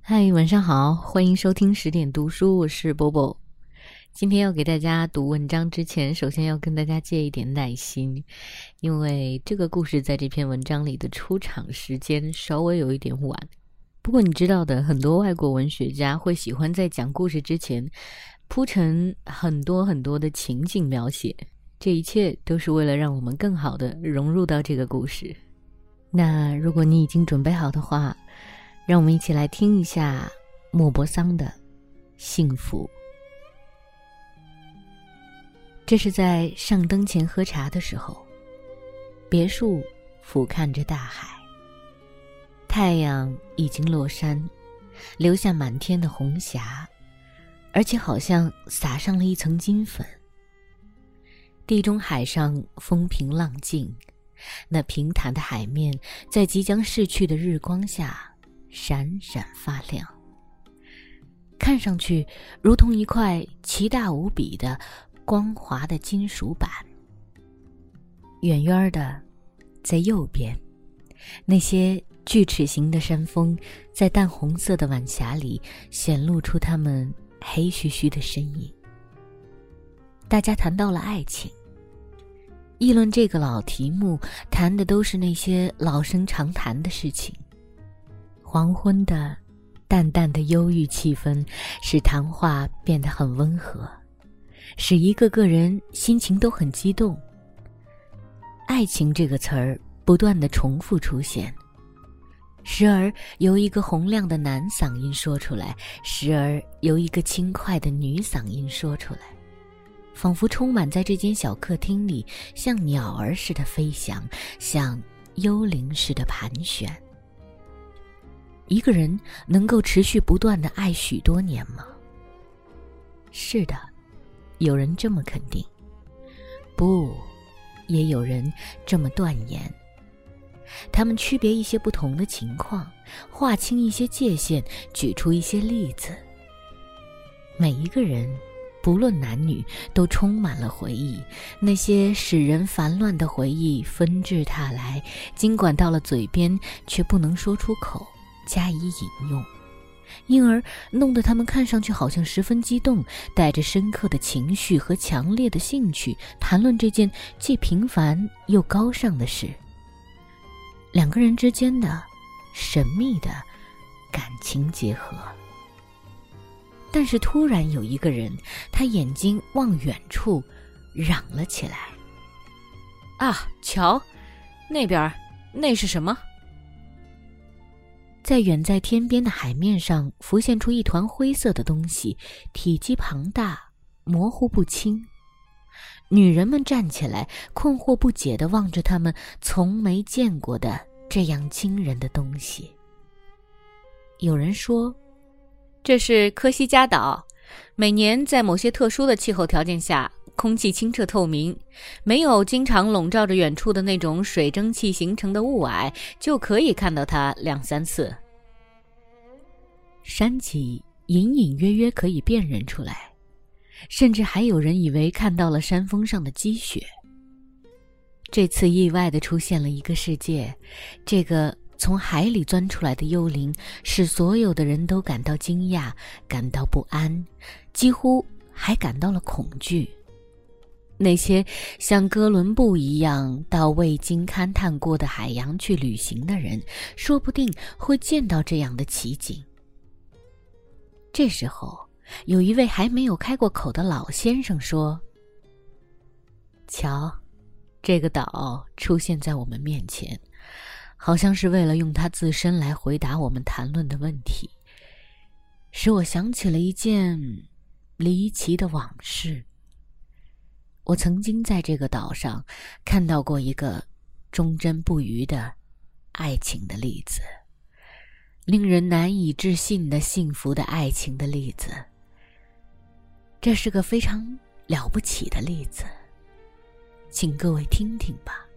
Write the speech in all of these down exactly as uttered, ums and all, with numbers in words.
嗨，晚上好，欢迎收听十点读书，我是波波。今天要给大家读文章之前，首先要跟大家借一点耐心，因为这个故事在这篇文章里的出场时间稍微有一点晚。不过你知道的，很多外国文学家会喜欢在讲故事之前铺陈很多很多的情景描写，这一切都是为了让我们更好地融入到这个故事。那如果你已经准备好的话，让我们一起来听一下莫泊桑的《幸福》。这是在上灯前喝茶的时候，别墅俯瞰着大海，太阳已经落山，留下满天的红霞，而且好像撒上了一层金粉。地中海上风平浪静，那平坦的海面在即将逝去的日光下闪闪发亮，看上去如同一块奇大无比的光滑的金属板。远远的，在右边，那些锯齿形的山峰在淡红色的晚霞里显露出它们黑黢黢的身影。大家谈到了爱情，议论这个老题目，谈的都是那些老生常谈的事情。黄昏的淡淡的忧郁气氛使谈话变得很温和，使一个个人心情都很激动。爱情这个词儿不断地重复出现，时而由一个洪亮的男嗓音说出来，时而由一个轻快的女嗓音说出来，仿佛充满在这间小客厅里，像鸟儿似的飞翔，像幽灵似的盘旋。一个人能够持续不断地爱许多年吗？是的，有人这么肯定，不，也有人这么断言。他们区别一些不同的情况，划清一些界限，举出一些例子。每一个人不论男女都充满了回忆，那些使人烦乱的回忆纷至沓来，尽管到了嘴边却不能说出口，加以引用，因而弄得他们看上去好像十分激动，带着深刻的情绪和强烈的兴趣谈论这件既平凡又高尚的事，两个人之间的神秘的感情结合。但是突然有一个人，他眼睛望远处嚷了起来：啊，瞧，那边那是什么？在远在天边的海面上浮现出一团灰色的东西，体积庞大，模糊不清。女人们站起来，困惑不解地望着他们从没见过的这样惊人的东西。有人说，这是科西嘉岛，每年在某些特殊的气候条件下，空气清澈透明，没有经常笼罩着远处的那种水蒸气形成的雾霭，就可以看到它两三次。山脊隐隐约约可以辨认出来，甚至还有人以为看到了山峰上的积雪。这次意外地出现了一个世界，这个从海里钻出来的幽灵使所有的人都感到惊讶，感到不安，几乎还感到了恐惧。那些像哥伦布一样到未经勘探过的海洋去旅行的人，说不定会见到这样的奇景。这时候，有一位还没有开过口的老先生说：瞧，这个岛出现在我们面前，好像是为了用它自身来回答我们谈论的问题，使我想起了一件离奇的往事。我曾经在这个岛上看到过一个忠贞不渝的爱情的例子，令人难以置信的幸福的爱情的例子。这是个非常了不起的例子，请各位听听吧。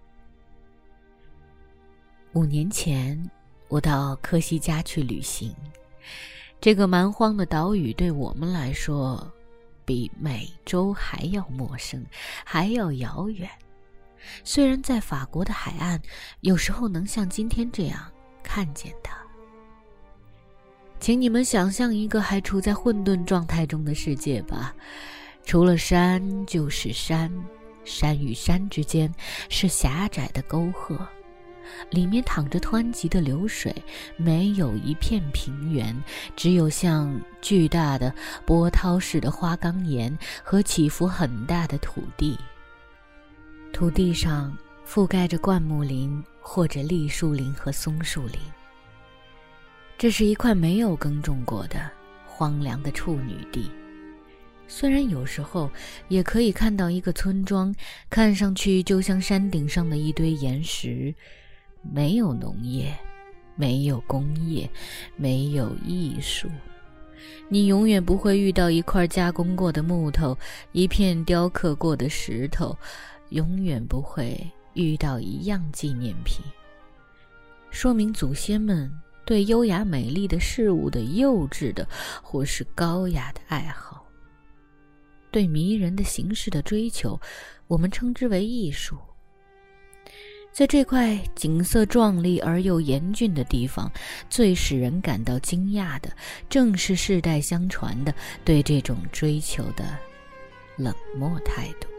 五年前，我到科西嘉去旅行，这个蛮荒的岛屿对我们来说比美洲还要陌生，还要遥远。虽然在法国的海岸有时候能像今天这样看见它。 请你们想象一个还处在混沌状态中的世界吧，除了山就是山，山与山之间是狭窄的沟壑，里面淌着湍急的流水，没有一片平原，只有像巨大的波涛似的花岗岩和起伏很大的土地。土地上覆盖着灌木林或者栗树林和松树林。这是一块没有耕种过的荒凉的处女地，虽然有时候也可以看到一个村庄，看上去就像山顶上的一堆岩石，没有农业，没有工业，没有艺术。你永远不会遇到一块加工过的木头，一片雕刻过的石头，永远不会遇到一样纪念品，说明祖先们对优雅美丽的事物的幼稚的或是高雅的爱好。对迷人的形式的追求，我们称之为艺术。在这块景色壮丽而又严峻的地方，最使人感到惊讶的，正是世代相传的对这种追求的冷漠态度。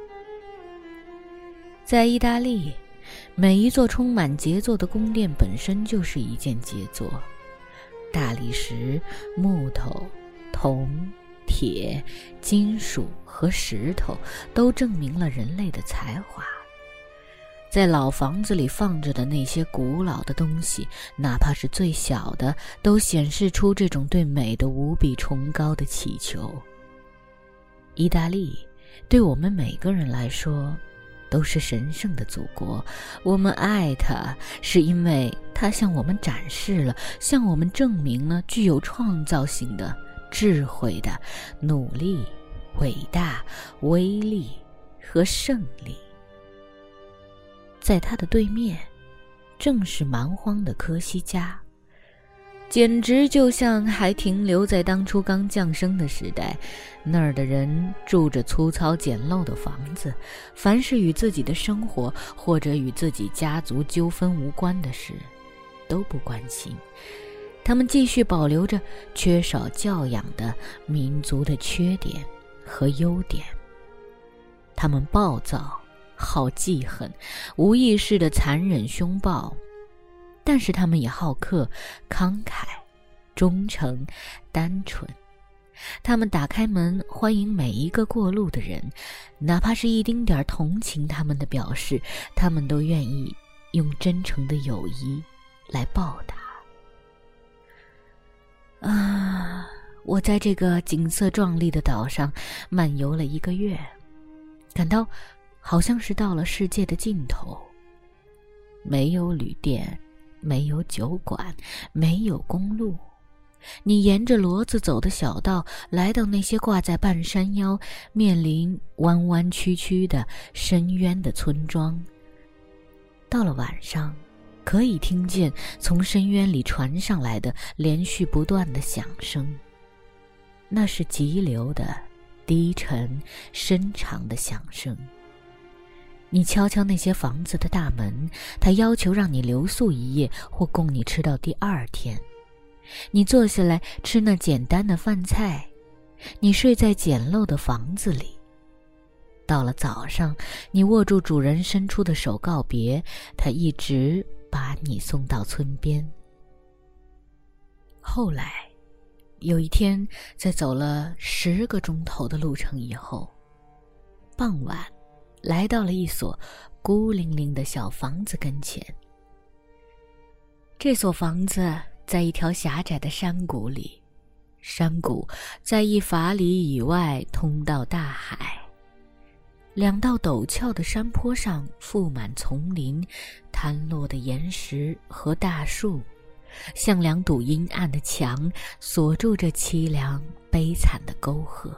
在意大利，每一座充满杰作的宫殿本身就是一件杰作，大理石、木头、铜、铁、金属和石头都证明了人类的才华。在老房子里放着的那些古老的东西，哪怕是最小的，都显示出这种对美的无比崇高的祈求。意大利对我们每个人来说都是神圣的祖国，我们爱它，是因为它向我们展示了，向我们证明了具有创造性的、智慧的、努力、伟大、威力和胜利。在它的对面，正是蛮荒的科西嘉，简直就像还停留在当初刚降生的时代。那儿的人住着粗糙简陋的房子，凡是与自己的生活或者与自己家族纠纷无关的事都不关心。他们继续保留着缺少教养的民族的缺点和优点。他们暴躁、好记恨，无意识的残忍凶暴，但是他们也好客、慷慨、忠诚、单纯。他们打开门欢迎每一个过路的人，哪怕是一丁点同情他们的表示，他们都愿意用真诚的友谊来报答。啊，我在这个景色壮丽的岛上漫游了一个月，感到好像是到了世界的尽头。没有旅店，没有酒馆，没有公路。你沿着骡子走的小道，来到那些挂在半山腰、面临弯弯曲曲的深渊的村庄。到了晚上，可以听见从深渊里传上来的连续不断的响声，那是急流的低沉深长的响声。你敲敲那些房子的大门，他要求让你留宿一夜，或供你吃到第二天。你坐下来吃那简单的饭菜，你睡在简陋的房子里。到了早上，你握住主人伸出的手告别，他一直把你送到村边。后来有一天，在走了十个钟头的路程以后，傍晚来到了一所孤零零的小房子跟前。这所房子在一条狭窄的山谷里，山谷在一法里以外通到大海。两道陡峭的山坡上覆满丛林、坍落的岩石和大树，像两堵阴暗的墙，锁住着凄凉悲惨的沟壑。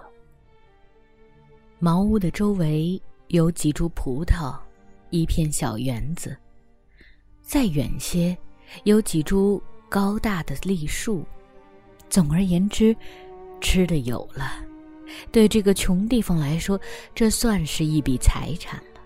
茅屋的周围有几株葡萄，一片小园子，再远些有几株高大的栗树。总而言之，吃的有了，对这个穷地方来说，这算是一笔财产了。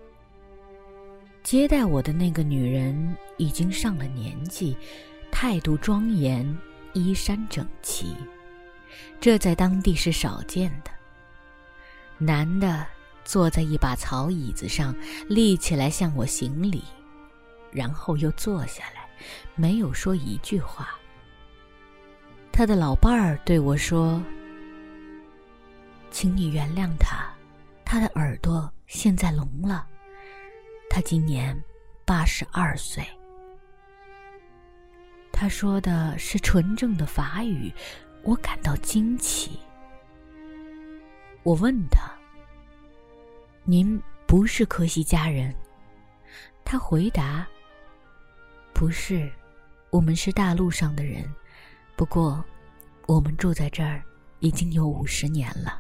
接待我的那个女人已经上了年纪，态度庄严， 衣衫整齐，这在当地是少见的。男的坐在一把草椅子上，立起来向我行礼，然后又坐下来，没有说一句话。他的老伴儿对我说：请你原谅他，他的耳朵现在聋了，他今年八十二岁。他说的是纯正的法语，我感到惊奇。我问他：您不是科西嘉人？他回答：不是，我们是大陆上的人，不过我们住在这儿已经有五十年了。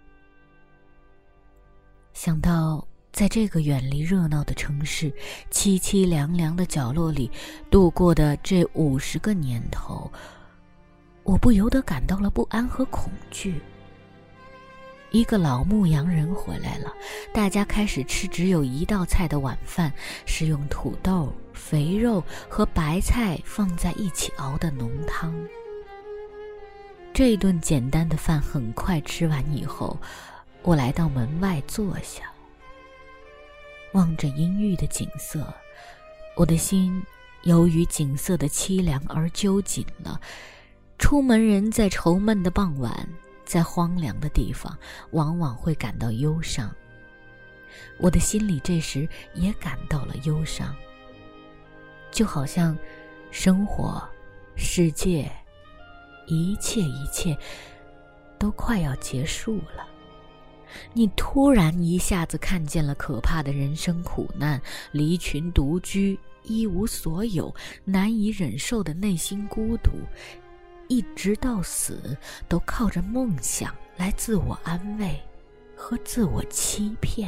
想到在这个远离热闹的城市，凄凄凉凉的角落里度过的这五十个年头，我不由得感到了不安和恐惧。一个老牧羊人回来了，大家开始吃只有一道菜的晚饭，是用土豆、肥肉和白菜放在一起熬的浓汤。这顿简单的饭很快吃完以后，我来到门外坐下，望着阴郁的景色，我的心由于景色的凄凉而揪紧了。出门人在愁闷的傍晚，在荒凉的地方，往往会感到忧伤。我的心里这时也感到了忧伤，就好像生活、世界，一切一切都快要结束了。你突然一下子看见了可怕的人生苦难，离群独居，一无所有，难以忍受的内心孤独，一直到死都靠着梦想来自我安慰和自我欺骗。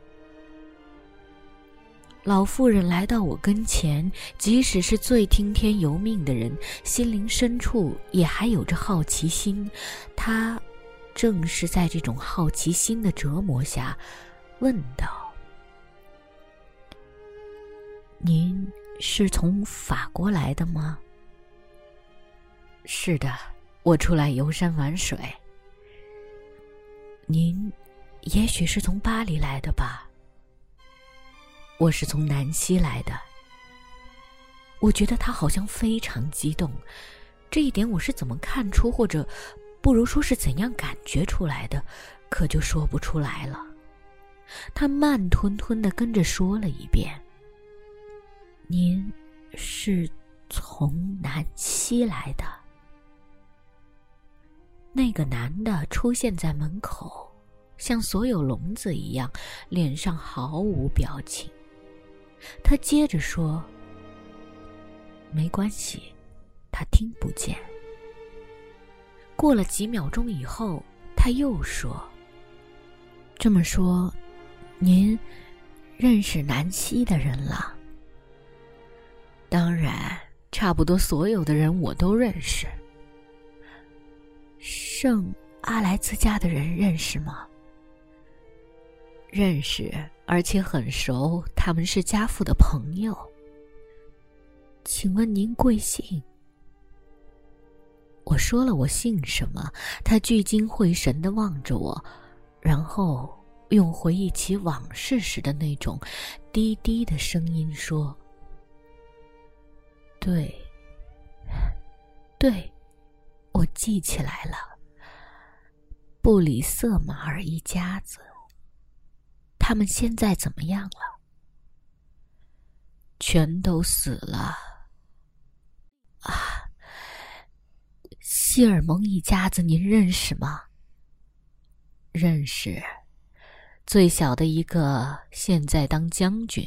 老妇人来到我跟前，即使是最听天由命的人，心灵深处也还有着好奇心。她正是在这种好奇心的折磨下，问道：您是从法国来的吗？是的，我出来游山玩水。您也许是从巴黎来的吧？我是从南希来的。我觉得他好像非常激动，这一点我是怎么看出，或者不如说是怎样感觉出来的，可就说不出来了。他慢吞吞地跟着说了一遍：您是从南希来的。那个男的出现在门口，像所有聋子一样，脸上毫无表情。他接着说：没关系，他听不见。过了几秒钟以后，他又说：这么说，您认识南希的人了？当然，差不多所有的人我都认识。圣阿莱兹家的人认识吗？认识，而且很熟，他们是家父的朋友。请问您贵姓？我说了我姓什么，他聚精会神地望着我，然后用回忆起往事时的那种低低的声音说：对，对，我记起来了，布里瑟马尔一家子。他们现在怎么样了？全都死了。啊，希尔蒙一家子您认识吗？认识，最小的一个现在当将军。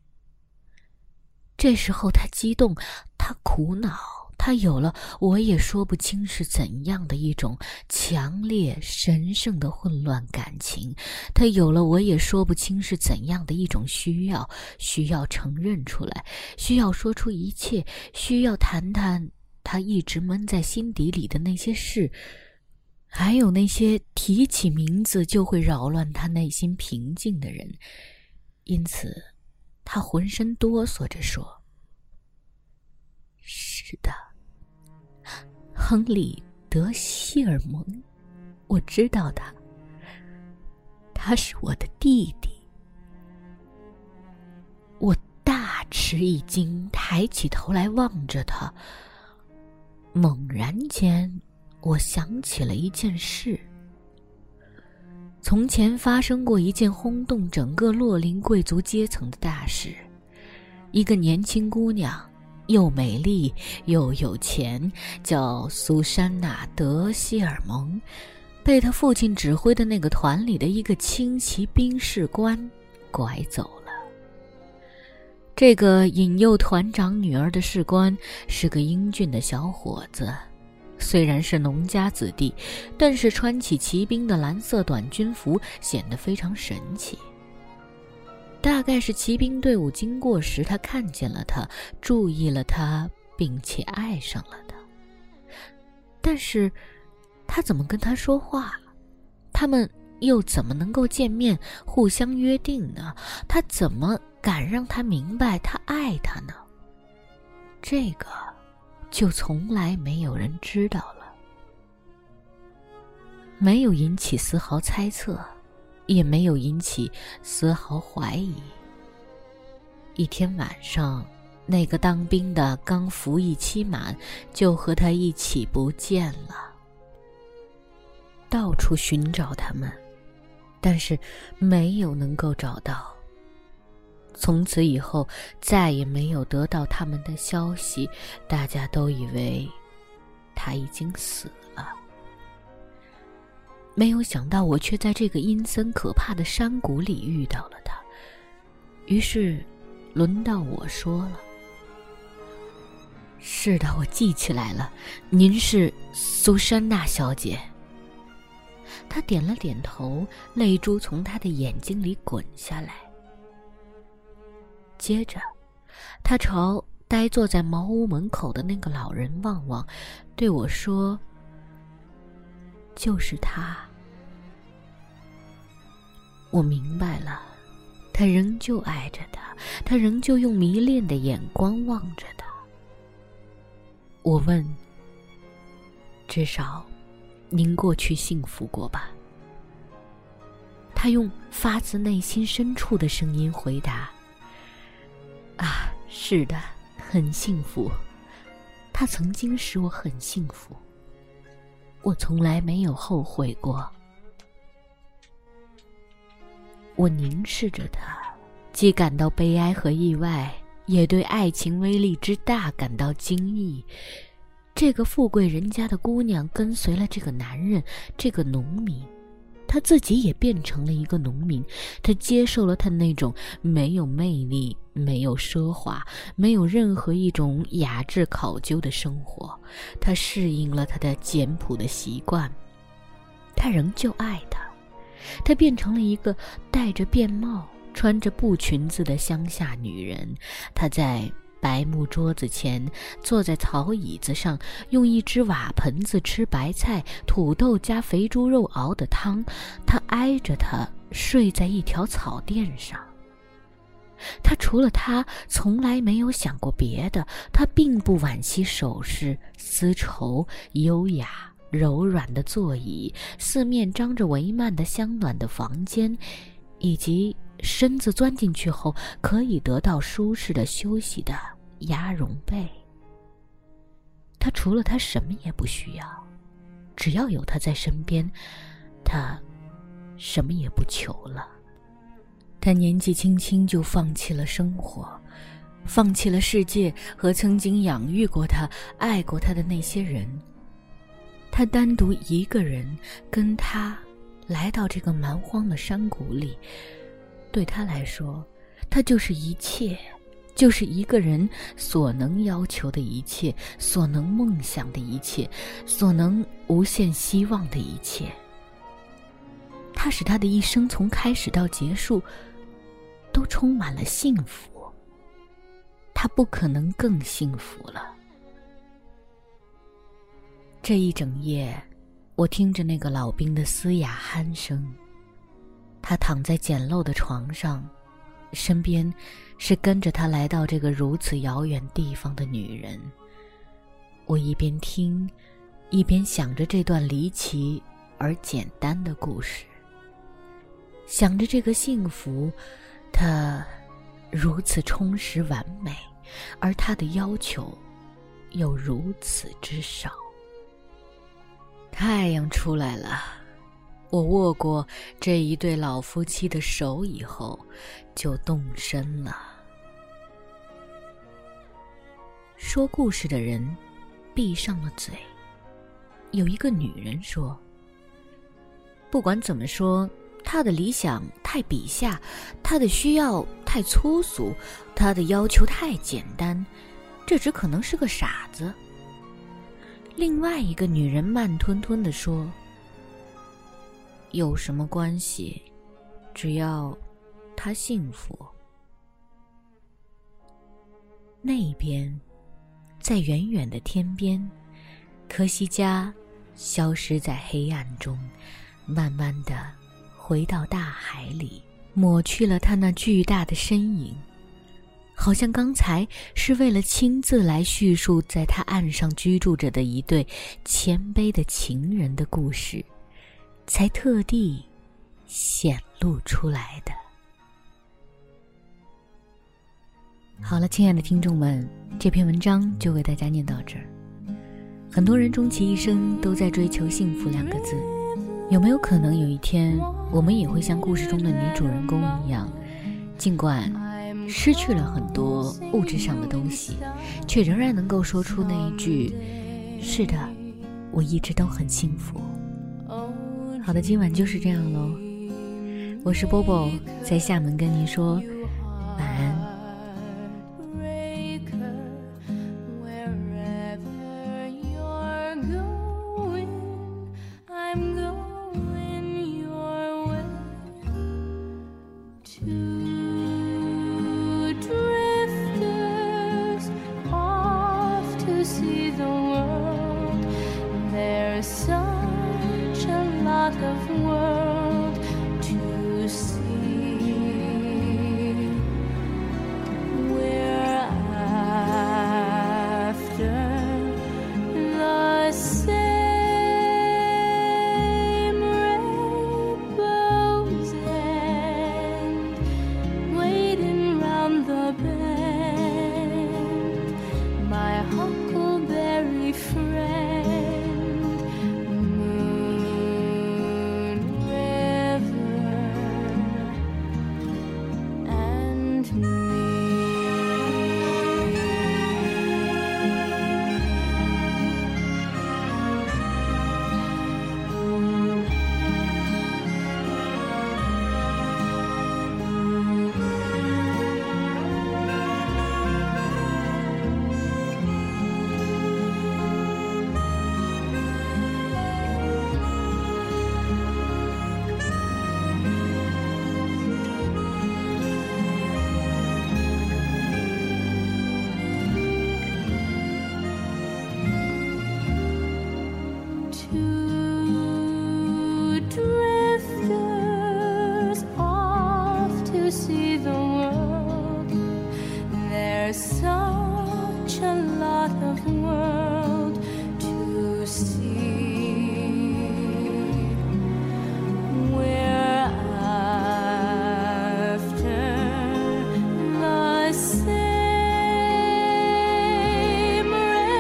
这时候他激动，他苦恼，他有了我也说不清是怎样的一种强烈神圣的混乱感情，他有了我也说不清是怎样的一种需要，需要承认出来，需要说出一切，需要谈谈他一直闷在心底里的那些事，还有那些提起名字就会扰乱他内心平静的人。因此他浑身哆嗦着说：是的， 亨利·德希尔蒙，我知道他，他是我的弟弟。我大吃一惊，抬起头来望着他。猛然间，我想起了一件事。从前发生过一件轰动整个洛林贵族阶层的大事，一个年轻姑娘，又美丽又有钱，叫苏珊娜·德希尔蒙，被她父亲指挥的那个团里的一个轻骑兵士官拐走了。这个引诱团长女儿的士官是个英俊的小伙子，虽然是农家子弟，但是穿起骑兵的蓝色短军服显得非常神气。大概是骑兵队伍经过时，他看见了他，注意了他，并且爱上了他。但是他怎么跟他说话？他们又怎么能够见面互相约定呢？他怎么敢让他明白他爱他呢？这个就从来没有人知道了。没有引起丝毫猜测，也没有引起丝毫怀疑。一天晚上，那个当兵的刚服役期满，就和他一起不见了。到处寻找他们，但是没有能够找到。从此以后，再也没有得到他们的消息，大家都以为他已经死了。没有想到，我却在这个阴森可怕的山谷里遇到了他。于是，轮到我说了：“是的，我记起来了，您是苏珊娜小姐。”他点了点头，泪珠从他的眼睛里滚下来。接着，他朝呆坐在茅屋门口的那个老人望望，对我说：“就是他。”我明白了，他仍旧爱着他，他仍旧用迷恋的眼光望着他。我问：“至少您过去幸福过吧？”他用发自内心深处的声音回答：“啊，是的，很幸福。他曾经使我很幸福，我从来没有后悔过。”我凝视着他，既感到悲哀和意外，也对爱情威力之大感到惊异。这个富贵人家的姑娘跟随了这个男人，这个农民，她自己也变成了一个农民。她接受了他那种没有魅力、没有奢华、没有任何一种雅致考究的生活。她适应了他的简朴的习惯。她仍旧爱他。她变成了一个戴着便帽、穿着布裙子的乡下女人。她在白木桌子前，坐在草椅子上，用一只瓦盆子吃白菜、土豆加肥猪肉熬的汤。她挨着他睡在一条草垫上。他除了他，从来没有想过别的。他并不惋惜首饰、丝绸、优雅柔软的座椅，四面张着帷幔的香暖的房间，以及身子钻进去后可以得到舒适的休息的鸭绒被。他除了他什么也不需要，只要有他在身边，他什么也不求了。他年纪轻轻就放弃了生活，放弃了世界和曾经养育过他、爱过他的那些人。他单独一个人跟他来到这个蛮荒的山谷里，对他来说，他就是一切，就是一个人所能要求的一切，所能梦想的一切，所能无限希望的一切。他使他的一生从开始到结束都充满了幸福，他不可能更幸福了。这一整夜，我听着那个老兵的嘶哑鼾声。他躺在简陋的床上，身边是跟着他来到这个如此遥远地方的女人。我一边听， 一边想着这段离奇而简单的故事，想着这个幸福，它如此充实完美，而他的要求又如此之少。太阳出来了，我握过这一对老夫妻的手以后，就动身了。说故事的人闭上了嘴。有一个女人说，不管怎么说，他的理想太笔下，他的需要太粗俗，他的要求太简单，这只可能是个傻子。另外一个女人慢吞吞地说，有什么关系，只要他幸福。那边，在远远的天边，科西嘉消失在黑暗中，慢慢地回到大海里，抹去了他那巨大的身影，好像刚才是为了亲自来叙述在他岸上居住着的一对谦卑的情人的故事，才特地显露出来的。好了，亲爱的听众们，这篇文章就为大家念到这儿。很多人终其一生都在追求幸福两个字，有没有可能有一天我们也会像故事中的女主人公一样，尽管失去了很多物质上的东西，却仍然能够说出那一句，是的，我一直都很幸福。好的，今晚就是这样咯，我是波波，在厦门跟您说晚安。 Such a lot of world to see. We're after the same rainbow's end, waiting round the bend, my huckleberry friend. See the world, there's such a lot of world to see. We're after the same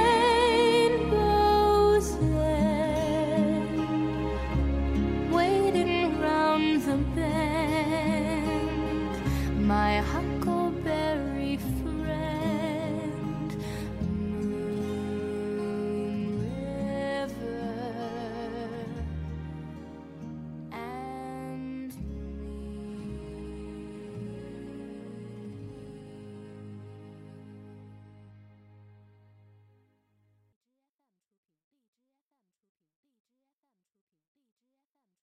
rainbow's end, waiting round the bend, my heart